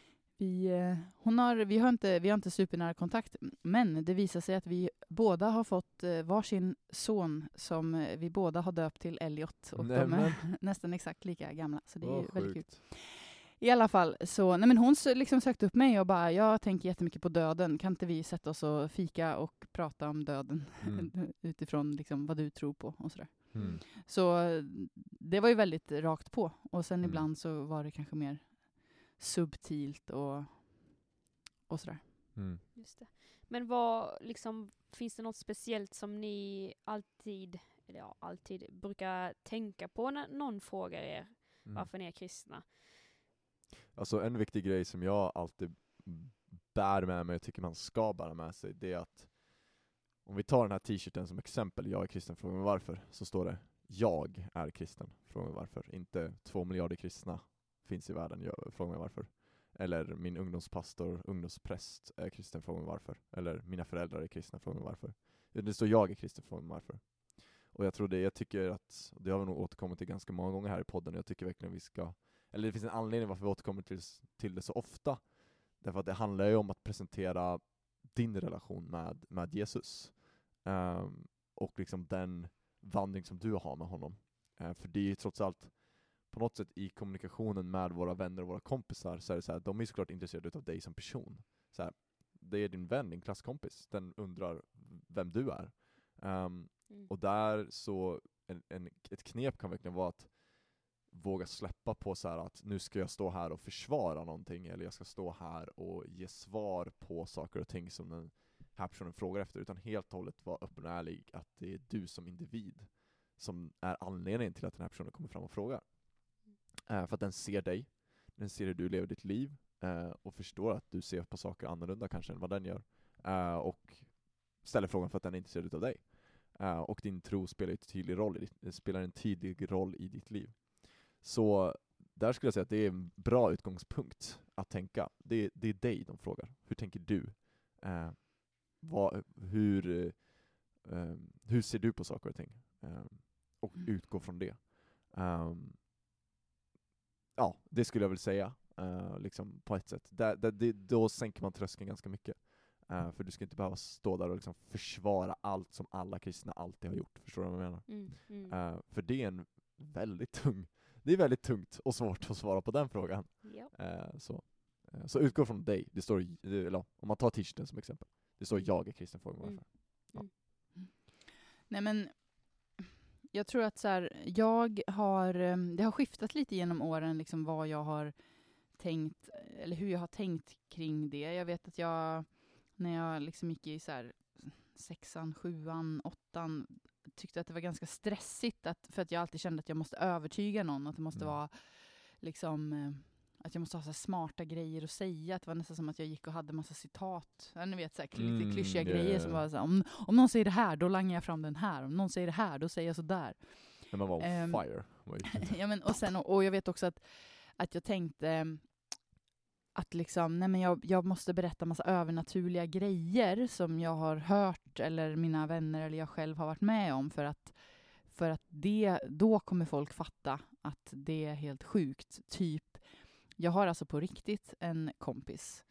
Vi har inte supernära kontakt, men det visar sig att vi båda har fått varsin son som vi båda har döpt till Elliot, och de är nästan exakt lika gamla, så det är ju väldigt kul. I alla fall, så hon liksom sökte upp mig och bara, jag tänker jättemycket på döden. Kan inte vi sätta oss och fika och prata om döden utifrån liksom vad du tror på och sådär. Så det var ju väldigt rakt på. Och sen ibland så var det kanske mer subtilt och sådär. Just det. Men finns det något speciellt som ni alltid brukar tänka på när någon frågar er varför ni är kristna? Alltså en viktig grej som jag alltid bär med mig och tycker man ska bära med sig, det är att om vi tar den här t-shirten som exempel, jag är kristen, fråga mig varför, så står det jag är kristen, fråga mig varför. Inte 2 miljarder kristna finns i världen, fråga mig varför. Eller min ungdomspräst är kristen, fråga mig varför. Eller mina föräldrar är kristna, fråga mig varför. Det står jag är kristen, fråga mig varför. Och jag tycker att, det har vi nog återkommit till ganska många gånger här i podden, jag tycker verkligen vi ska, eller det finns en anledning varför vi återkommer till det så ofta. Därför att det handlar ju om att presentera din relation med Jesus. Och liksom den vandring som du har med honom. För det är ju trots allt på något sätt i kommunikationen med våra vänner och våra kompisar, så är det så här, de är såklart intresserade av dig som person. Så här, det är din vän, din klasskompis. Den undrar vem du är. Och där så ett knep kan verkligen vara att våga släppa på så här att nu ska jag stå här och försvara någonting, eller jag ska stå här och ge svar på saker och ting som den här personen frågar efter, utan helt och hållet vara öppen och ärlig att det är du som individ som är anledningen till att den här personen kommer fram och frågar. För att den ser dig, den ser hur du lever ditt liv och förstår att du ser på saker annorlunda kanske än vad den gör, och ställer frågan för att den är intresserad av dig. Och din tro spelar en tydlig roll i ditt liv. Så där skulle jag säga att det är en bra utgångspunkt att tänka. Det är dig de frågar. Hur tänker du? Hur ser du på saker och ting? Och utgå från det. Ja, det skulle jag väl säga. Liksom på ett sätt. Då sänker man tröskeln ganska mycket. För du ska inte behöva stå där och liksom försvara allt som alla kristna alltid har gjort. Förstår du vad jag menar? För det är väldigt tungt och svårt att svara på den frågan. Yep. Så utgå från dig. Det står, eller, om man tar t-shirten som exempel. Det står jag är kristen folkmorfar. Ja. Nej, men jag tror att så här, det har skiftat lite genom åren liksom vad jag har tänkt, eller hur jag har tänkt kring det. Jag vet att när jag liksom gick i så här 6:an, 7:an, 8:an, tyckte att det var ganska stressigt för att jag alltid kände att jag måste övertyga någon, att det måste vara liksom att jag måste ha så här smarta grejer att säga. Att det var nästan som att jag gick och hade massa citat. Ni vet, så här, lite klyschiga grejer som var så här, om någon säger det här, då langar jag fram den här. Om någon säger det här, då säger jag så där. När man var on fire. Ja, men, och jag vet också att jag tänkte att liksom, nej, men jag måste berätta massa övernaturliga grejer som jag har hört eller mina vänner eller jag själv har varit med om för att då kommer folk fatta att det är helt sjukt. Typ, jag har alltså på riktigt en kompis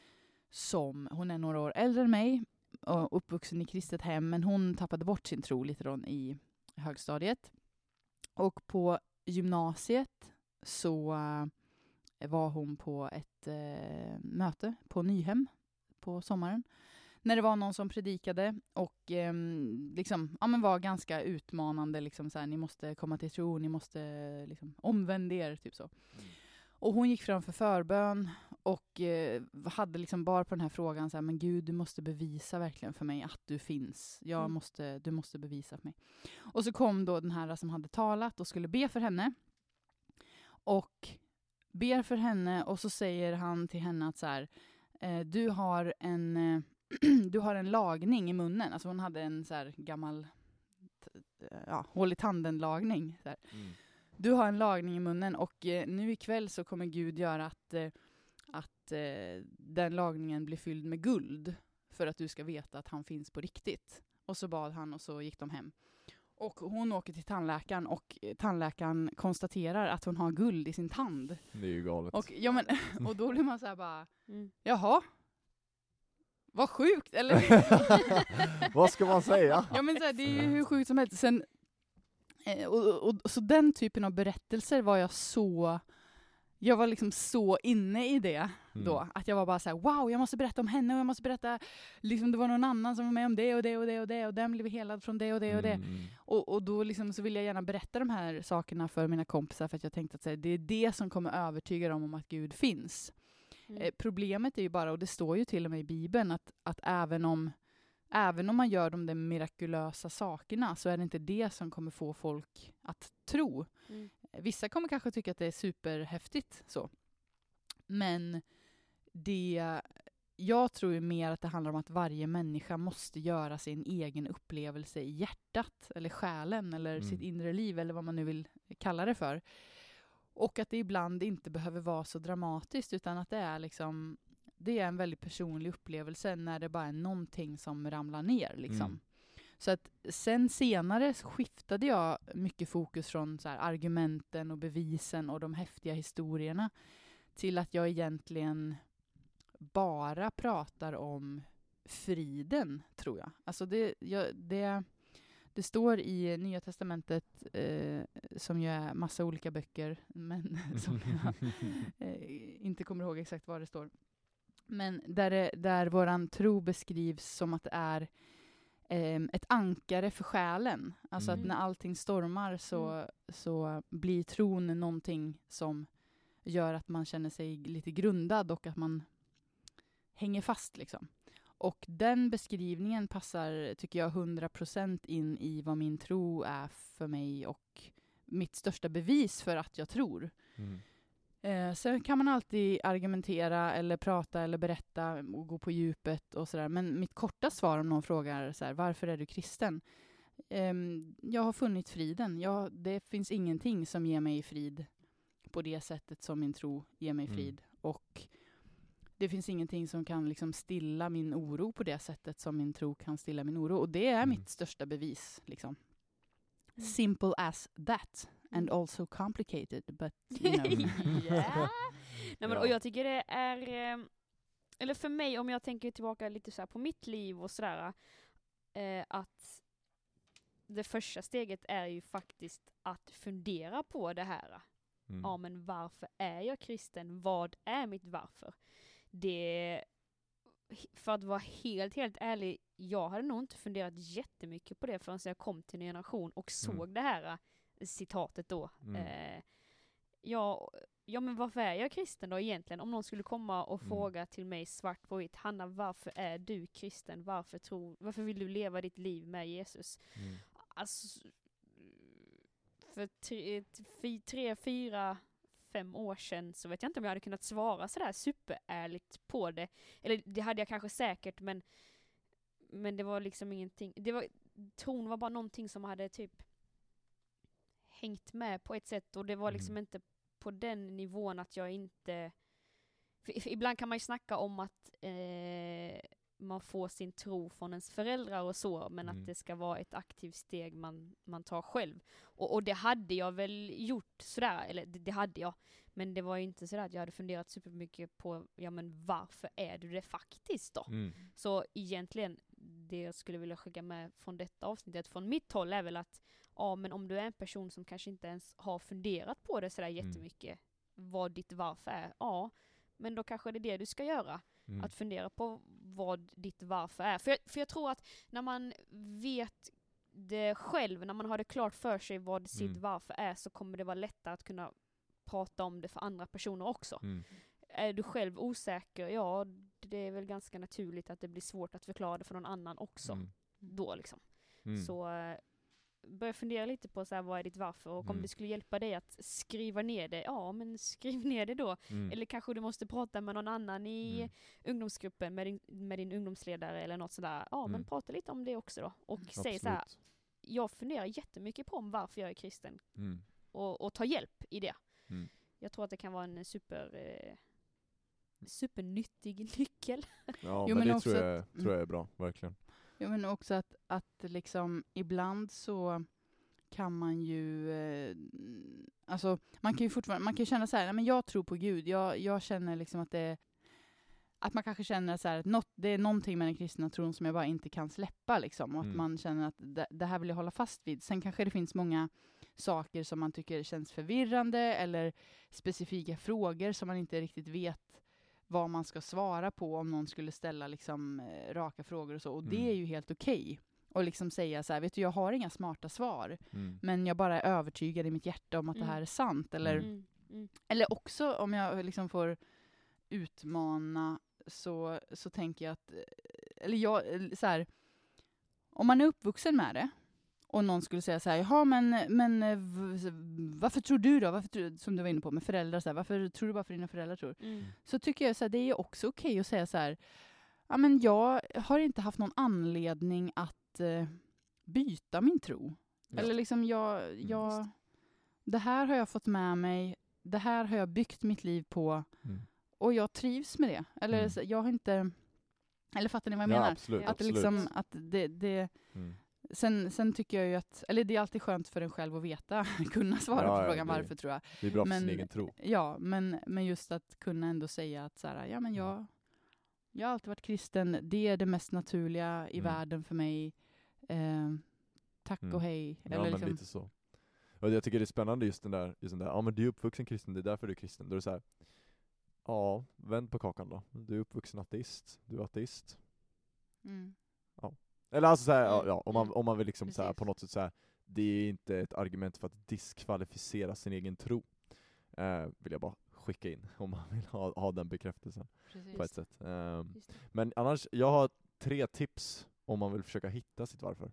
hon är några år äldre än mig och uppvuxen i kristet hem, men hon tappade bort sin tro lite då i högstadiet. Och på gymnasiet så var hon på ett möte på Nyhem på sommaren. När det var någon som predikade och liksom, ja, men var ganska utmanande. Liksom så här, ni måste komma till tro, ni måste liksom, omvända er, typ så. Och hon gick fram för förbön och hade liksom bara på den här frågan så här, men Gud, du måste bevisa verkligen för mig att du finns. Du måste bevisa för mig. Och så kom då den här som hade talat och skulle be för henne. Och ber för henne och så säger han till henne att så här, du har en lagning i munnen. Alltså hon hade en så här gammal hål i tanden-lagning. Så här. Du har en lagning i munnen och nu ikväll så kommer Gud göra att den lagningen blir fylld med guld för att du ska veta att han finns på riktigt. Och så bad han och så gick de hem. Och hon åker till tandläkaren och tandläkaren konstaterar att hon har guld i sin tand. Det är ju galet. Och då blir man så här bara, jaha, vad sjukt, eller? Vad ska man säga? Ja, men så här, det är ju hur sjukt som helst. Sen, och så den typen av berättelser jag var liksom så inne i det då. Att jag var bara så här, wow, jag måste berätta om henne och jag måste berätta, liksom det var någon annan som var med om det och det och det och det och den blev helad från det och det och det. Och då liksom så vill jag gärna berätta de här sakerna för mina kompisar för att jag tänkte att så här, det är det som kommer övertyga dem om att Gud finns. Problemet är ju bara, och det står ju till och med i Bibeln, att även om man gör de där mirakulösa sakerna så är det inte det som kommer få folk att tro. Vissa kommer kanske tycka att det är superhäftigt så. Men jag tror ju mer att det handlar om att varje människa måste göra sin egen upplevelse i hjärtat eller själen eller sitt inre liv eller vad man nu vill kalla det för. Och att det ibland inte behöver vara så dramatiskt utan att det är en väldigt personlig upplevelse när det bara är någonting som ramlar ner liksom. Så att sen senare skiftade jag mycket fokus från så här argumenten och bevisen och de häftiga historierna till att jag egentligen bara pratar om friden, tror jag. Alltså det står i Nya Testamentet, som ju är massa olika böcker, men som jag inte kommer ihåg exakt vad det står. Men där våran tro beskrivs som att det är ett ankare för själen. Alltså att när allting stormar så blir tron någonting som gör att man känner sig lite grundad och att man hänger fast liksom. Och den beskrivningen passar, tycker jag, 100% in i vad min tro är för mig och mitt största bevis för att jag tror. Sen kan man alltid argumentera eller prata eller berätta och gå på djupet och sådär. Men mitt korta svar om någon frågar så här, varför är du kristen? Jag har funnit friden. Det finns ingenting som ger mig frid på det sättet som min tro ger mig frid. Och det finns ingenting som kan liksom stilla min oro på det sättet som min tro kan stilla min oro. Och det är mitt största bevis. Liksom. Simple as that. And also complicated, but you know. Yeah. Nej, men, och jag tycker det är, eller för mig, om jag tänker tillbaka lite så här på mitt liv och sådär, att det första steget är ju faktiskt att fundera på det här. ja men varför är jag kristen? Vad är mitt varför? Det, för att vara helt ärlig, jag hade nog inte funderat jättemycket på det förrän jag kom till Ny Generation och såg det här citatet då. Ja, men varför är jag kristen då egentligen? Om någon skulle komma och fråga till mig svart på vitt, Hanna, varför är du kristen? Varför vill du leva ditt liv med Jesus? Alltså, för 3, 4, 5 år sedan så vet jag inte om jag hade kunnat svara sådär superärligt på det. Eller det hade jag kanske säkert, men det var liksom ingenting. Tron var bara någonting som hade typ hängt med på ett sätt, och det var liksom inte på den nivån att jag inte... För ibland kan man ju snacka om att man får sin tro från ens föräldrar och så, men att det ska vara ett aktivt steg man tar själv. Och det hade jag väl gjort sådär, eller det hade jag. Men det var ju inte sådär att jag hade funderat supermycket på, ja men varför är du det faktiskt då? Så egentligen, det jag skulle vilja skicka med från detta avsnittet, från mitt håll är väl att ja, men om du är en person som kanske inte ens har funderat på det sådär jättemycket, vad ditt varför är, ja, men då kanske det är det du ska göra. Att fundera på vad ditt varför är. För jag tror att när man vet det själv, när man har det klart för sig vad sitt varför är, så kommer det vara lättare att kunna prata om det för andra personer också. Är du själv osäker, ja, det är väl ganska naturligt att det blir svårt att förklara det för någon annan också. Då liksom. Så börja fundera lite på så här, vad är ditt varför, och om det skulle hjälpa dig att skriva ner det, ja men skriv ner det då. Eller kanske du måste prata med någon annan i ungdomsgruppen, med din ungdomsledare eller något sådär. Ja, men prata lite om det också då. Och säg så här, jag funderar jättemycket på om varför jag är kristen. Och ta hjälp i det. Jag tror att det kan vara en supernyttig nyckel. Ja, men det tror jag är bra, verkligen. Ja, men också att liksom ibland så kan man ju alltså man kan ju fortfarande, man kan känna så här, nej, men jag tror på Gud. Jag känner liksom att man kanske känner så här att det är någonting med den kristna tron som jag bara inte kan släppa liksom, och att man känner att det här vill jag hålla fast vid. Sen kanske det finns många saker som man tycker känns förvirrande, eller specifika frågor som man inte riktigt vet vad man ska svara på om någon skulle ställa liksom raka frågor och så. Och det är ju helt okej. Och liksom säga så här, vet du, jag har inga smarta svar. Men jag bara är övertygad i mitt hjärta om att det här är sant. Eller också, om jag liksom får utmana, så tänker jag att, eller jag, så här, om man är uppvuxen med det, och någon skulle säga så här, jaha, men varför tror du då? Som du var inne på med föräldrar, så här, varför tror du bara för dina föräldrar tror? Så tycker jag så här, det är också okej att säga så här, ja men jag har inte haft någon anledning att byta min tro. Ja. Eller liksom det här har jag fått med mig, det här har jag byggt mitt liv på, och jag trivs med det. Eller jag har inte, eller fattar ni vad jag menar? Absolut, att liksom, att det Sen tycker jag ju att, eller det är alltid skönt för en själv att veta, kunna svara på frågan varför, tror jag. Det är bra för sin egen tro. Ja, men just att kunna ändå säga att så här, ja men jag har alltid varit kristen, det är det mest naturliga i världen för mig. Tack och hej. Ja, eller men lite så. Och jag tycker det är spännande just den där, ja men du är uppvuxen kristen, det är därför du är kristen. Då är det så här, ja, vänd på kakan då. Du är uppvuxen ateist, du är ateist. Ja. Eller alltså så här, om man vill liksom så här, på något sätt så här, det är inte ett argument för att diskvalificera sin egen tro. Vill jag bara skicka in, om man vill ha den bekräftelsen. Precis. På ett sätt. Men annars, jag har 3 tips om man vill försöka hitta sitt varför.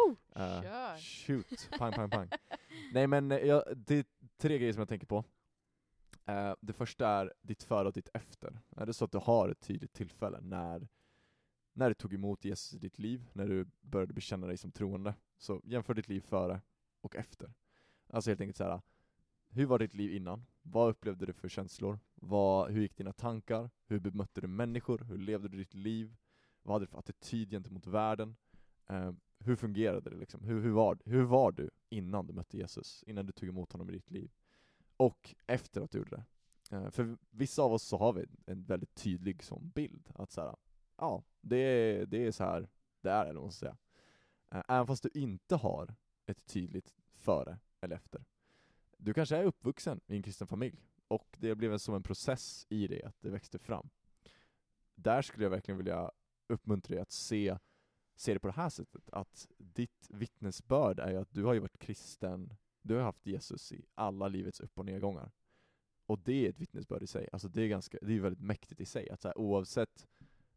Shoot, pang. Nej men det är 3 grejer som jag tänker på. Det första är ditt före och ditt efter. Är det så att du har ett tydligt tillfälle när du tog emot Jesus i ditt liv, när du började bekänna dig som troende, så jämför ditt liv före och efter. Alltså helt enkelt så här, hur var ditt liv innan? Vad upplevde du för känslor? Hur gick dina tankar? Hur bemötte du människor? Hur levde du ditt liv? Vad hade du för attityd gentemot världen? Hur fungerade det liksom? Hur var du innan du mötte Jesus? Innan du tog emot honom i ditt liv? Och efter att du gjorde det. För vissa av oss så har vi en väldigt tydlig sån bild. Att så här, ja, det är så här det är, eller vad man ska säga. Även fast du inte har ett tydligt före eller efter. du kanske är uppvuxen i en kristen familj. Och det blev som en process i det, att det växte fram. Där skulle jag verkligen vilja uppmuntra dig att se det på det här sättet. Att ditt vittnesbörd är ju att du har ju varit kristen, du har haft Jesus i alla livets upp- och nedgångar. Och det är ett vittnesbörd i sig. Alltså det är väldigt mäktigt i sig. Att så här, oavsett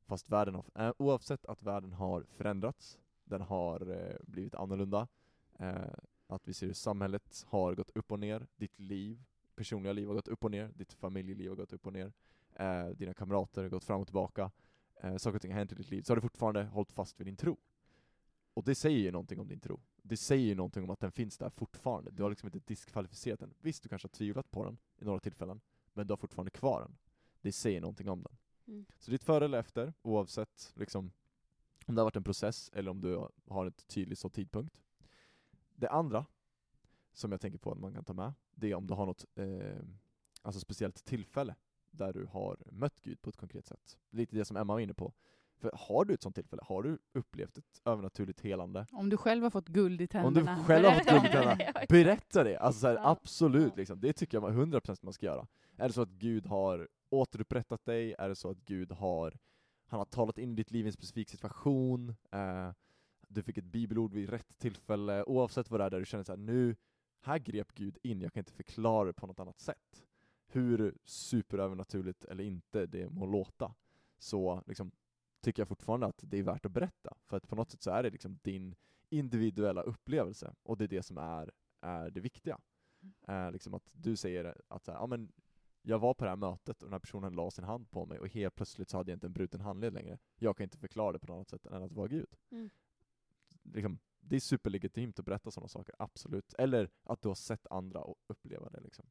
att världen har förändrats, den har blivit annorlunda, att vi ser hur samhället har gått upp och ner, ditt liv, personliga liv har gått upp och ner, ditt familjeliv har gått upp och ner, dina kamrater har gått fram och tillbaka, saker och ting har hänt i ditt liv, så har du fortfarande hållit fast vid din tro. Och det säger ju någonting om din tro. Det säger ju någonting om att den finns där fortfarande. Du har liksom inte diskvalificerat den. Visst, du kanske har tvivlat på den i några tillfällen, men du har fortfarande kvar den. Det säger någonting om den. Så ditt före eller efter, oavsett liksom, om det har varit en process eller om du har ett tydligt så tidpunkt. Det andra som jag tänker på att man kan ta med, det är om du har något alltså speciellt tillfälle där du har mött Gud på ett konkret sätt. Lite det som Emma var inne på. För har du ett sånt tillfälle, har du upplevt ett övernaturligt helande? Om du själv har fått guld i tänderna. Om du själv har fått guld i tänderna, berätta det. Alltså så här, Ja. absolut, liksom. Det tycker jag 100% man ska göra. Är det så att Gud har återupprättat dig? Är det så att Gud han har talat in i ditt liv i en specifik situation? Du fick ett bibelord vid rätt tillfälle. Oavsett vad det är där du känner så här, nu, här grep Gud in, jag kan inte förklara det på något annat sätt. Hur superövernaturligt eller inte det må låta. Så liksom tycker jag fortfarande att det är värt att berätta. För att på något sätt så är det liksom din individuella upplevelse. Och det är det som är det viktiga. Liksom att du säger att så här, ja, men jag var på det här mötet och den här personen la sin hand på mig och helt plötsligt så hade jag inte en bruten handled längre. Jag kan inte förklara det på något annat sätt än att vara Gud. Liksom, det är superlegitimt att berätta sådana saker, absolut. Eller att du har sett andra och uppleva det. Liksom.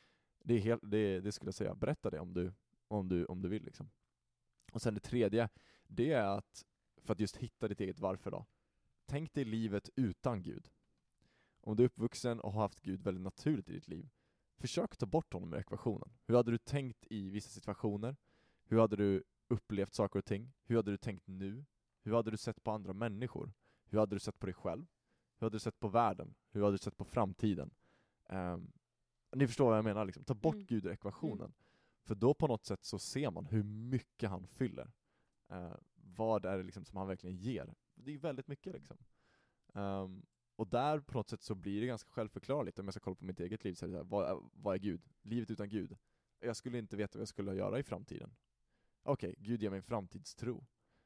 Det skulle jag säga, berätta det om du vill. Liksom. Och sen det tredje, det är att för att just hitta ditt eget varför då. Tänk dig livet utan Gud. Om du är uppvuxen och har haft Gud väldigt naturligt i ditt liv, försök ta bort honom ur ekvationen. Hur hade du tänkt i vissa situationer? Hur hade du upplevt saker och ting? Hur hade du tänkt nu? Hur hade du sett på andra människor? Hur hade du sett på dig själv? Hur hade du sett på världen? Hur hade du sett på framtiden? Ni förstår vad jag menar. Liksom. Ta bort Gud ur ekvationen. För då på något sätt så ser man hur mycket han fyller. Vad är det liksom som han verkligen ger? Det är väldigt mycket liksom. Och där på något sätt så blir det ganska självförklarligt. Om jag ska kolla på mitt eget liv så är det så här, vad är Gud? Livet utan Gud. Jag skulle inte veta vad jag skulle göra i framtiden. Okej, Gud ger mig en framtidstro.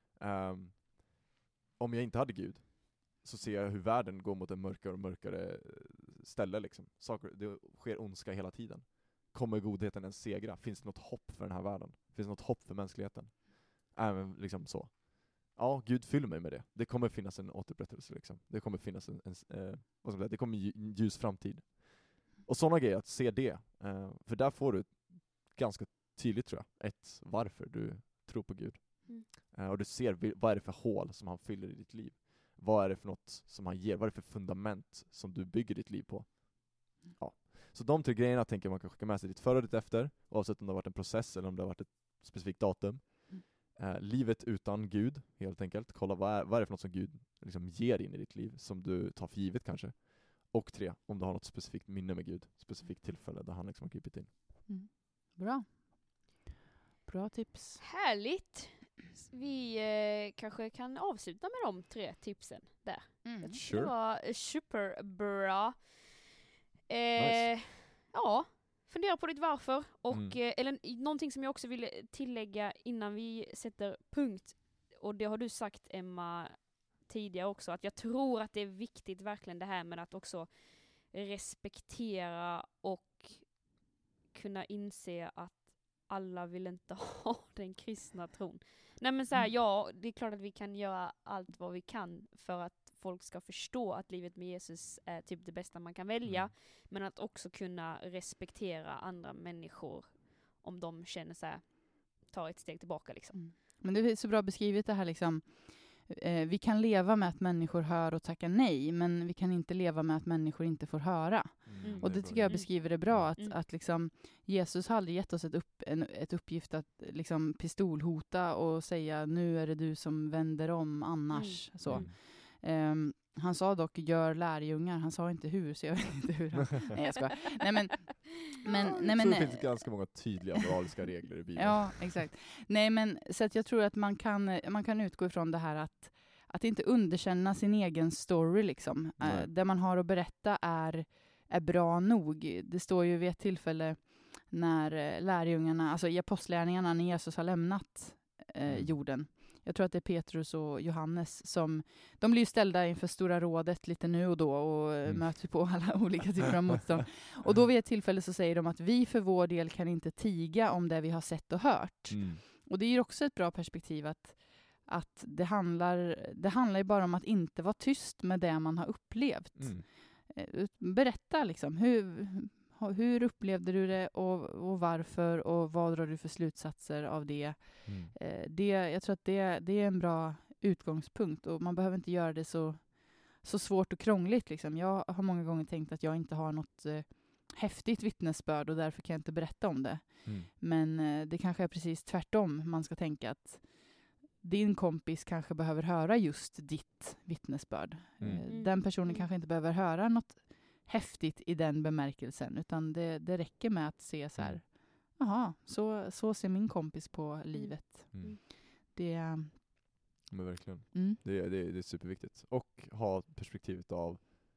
Om jag inte hade Gud så ser jag hur världen går mot en mörkare och mörkare ställe. Liksom. Det sker ondska hela tiden. Kommer godheten ens segra? Finns det något hopp för den här världen? Finns det något hopp för mänskligheten? Även liksom så. Ja, Gud fyller mig med det. Det kommer finnas en återupprättelse. Liksom. Det kommer finnas det kommer en ljus framtid. Och sådana grejer, att se det. För där får du ganska tydligt, tror jag, ett varför du tror på Gud. Och du ser vad är det för hål som han fyller i ditt liv. Vad är det för något som han ger? Vad är det för fundament som du bygger ditt liv på? Ja. Så de tre grejerna tänker man kan skicka med sig ditt före och ditt efter, oavsett om det har varit en process eller om det har varit ett specifikt datum. Livet utan Gud, helt enkelt. Kolla vad är det för något som Gud liksom ger in i ditt liv, som du tar för givet kanske. Och 3, om du har något specifikt minne med Gud, specifikt tillfälle där han liksom har gripit in. Bra tips. Härligt! Vi kanske kan avsluta med de 3 tipsen där. Sure. Det var superbra. Nice. Ja, fundera på ditt varför. Och, eller någonting som jag också vill tillägga innan vi sätter punkt. Och det har du sagt, Emma, tidigare också. Att jag tror att det är viktigt verkligen det här med att också respektera och kunna inse att alla vill inte ha den kristna tron. Nej, men så här, ja, det är klart att vi kan göra allt vad vi kan för att folk ska förstå att livet med Jesus är typ det bästa man kan välja. Men att också kunna respektera andra människor om de känner så här, tar ett steg tillbaka liksom. Men det är så bra beskrivet det här liksom. Vi kan leva med att människor hör och tackar nej, men vi kan inte leva med att människor inte får höra. Och det tycker jag beskriver det bra, att liksom, Jesus har aldrig gett oss ett uppgift att liksom pistolhota och säga nu är det du som vänder om annars. Så. Han sa dock gör lärjungar. Han sa inte hur, så jag vet inte hur han... Nej, jag skojar. Jag tror det finns ganska många tydliga moraliska regler i Bibeln. Ja, exakt. Nej, men så att jag tror att man kan utgå ifrån det här att inte underkänna sin egen story liksom. Det man har att berätta är bra nog. Det står ju vid ett tillfälle när lärjungarna, alltså i apostlärningarna, när Jesus har lämnat jorden. Jag tror att det är Petrus och Johannes de blir ju ställda inför Stora rådet lite nu och då och möter på alla olika typer av motstånd. Och då vid ett tillfälle så säger de att vi för vår del kan inte tiga om det vi har sett och hört. Och det är ju också ett bra perspektiv att det handlar ju bara om att inte vara tyst med det man har upplevt. Berätta liksom, hur upplevde du det och varför och vad drar du för slutsatser av det? Jag tror att det är en bra utgångspunkt och man behöver inte göra det så svårt och krångligt. Liksom. Jag har många gånger tänkt att jag inte har något häftigt vittnesbörd och därför kan jag inte berätta om det. Men det kanske är precis tvärtom man ska tänka att din kompis kanske behöver höra just ditt vittnesbörd. Den personen kanske inte behöver höra något häftigt i den bemärkelsen, utan det räcker med att se så här, jaha, så ser min kompis på livet. Men verkligen. Det är superviktigt. Och ha perspektivet av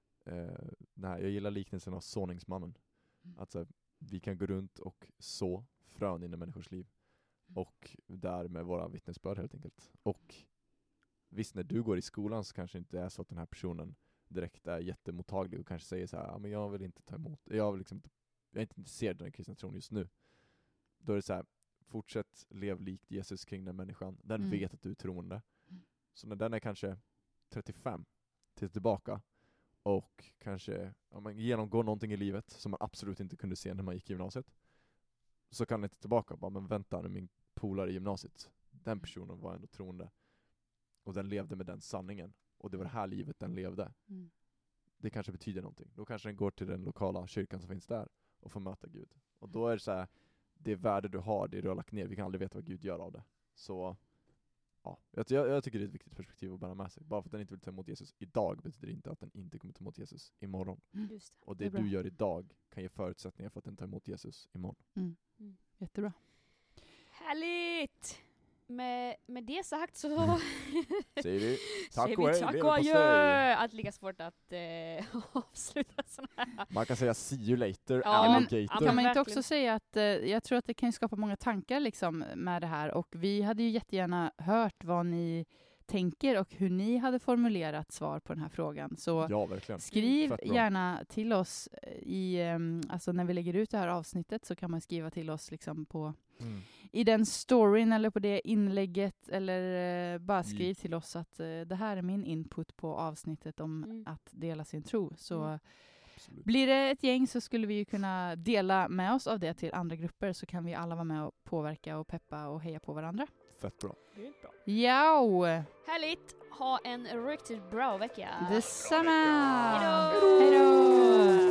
jag gillar liknelsen av såningsmannen. Att så här, vi kan gå runt och så frön in i människors liv. Och där med våra vittnesbörd helt enkelt. Och visst, när du går i skolan så kanske inte är så att den här personen direkt är jättemottaglig och kanske säger så här, men jag vill inte ta emot, jag är inte intresserad av den kristna tron just nu. Då är det så här, fortsätt lev likt Jesus kring den människan. Den vet att du är troende. Så när den är kanske 35, tillbaka och kanske man genomgår någonting i livet som man absolut inte kunde se när man gick i gymnasiet, så kan den inte tillbaka och bara, men vänta, när min polare i gymnasiet, den personen var ändå troende och den levde med den sanningen. Och det var det här livet den levde. Det kanske betyder någonting. Då kanske den går till den lokala kyrkan som finns där och får möta Gud. Och då är det så här, det värde du har, det du har lagt ner, vi kan aldrig veta vad Gud gör av det. Så ja, jag tycker det är ett viktigt perspektiv att bära med sig. Bara för att den inte vill ta emot Jesus idag betyder inte att den inte kommer ta emot Jesus imorgon. Just det. Och det du gör idag kan ge förutsättningar för att den tar emot Jesus imorgon. Jättebra. Härligt! Med det sagt så säger vi tack och adjö. Att lika svårt att avsluta sådana här. Man kan säga see you later, alligator. Kan man inte också säga att jag tror att det kan skapa många tankar liksom, med det här. Och vi hade ju jättegärna hört vad ni tänker och hur ni hade formulerat svar på den här frågan. Så skriv gärna till oss alltså när vi lägger ut det här avsnittet, så kan man skriva till oss liksom i den storyn eller på det inlägget, eller bara skriv till oss att det här är min input på avsnittet om att dela sin tro. Så blir det ett gäng så skulle vi ju kunna dela med oss av det till andra grupper, så kan vi alla vara med och påverka och peppa och heja på varandra. Fett bra. Ja! Härligt! Ha en riktigt bra vecka! Detsamma! Hejdå!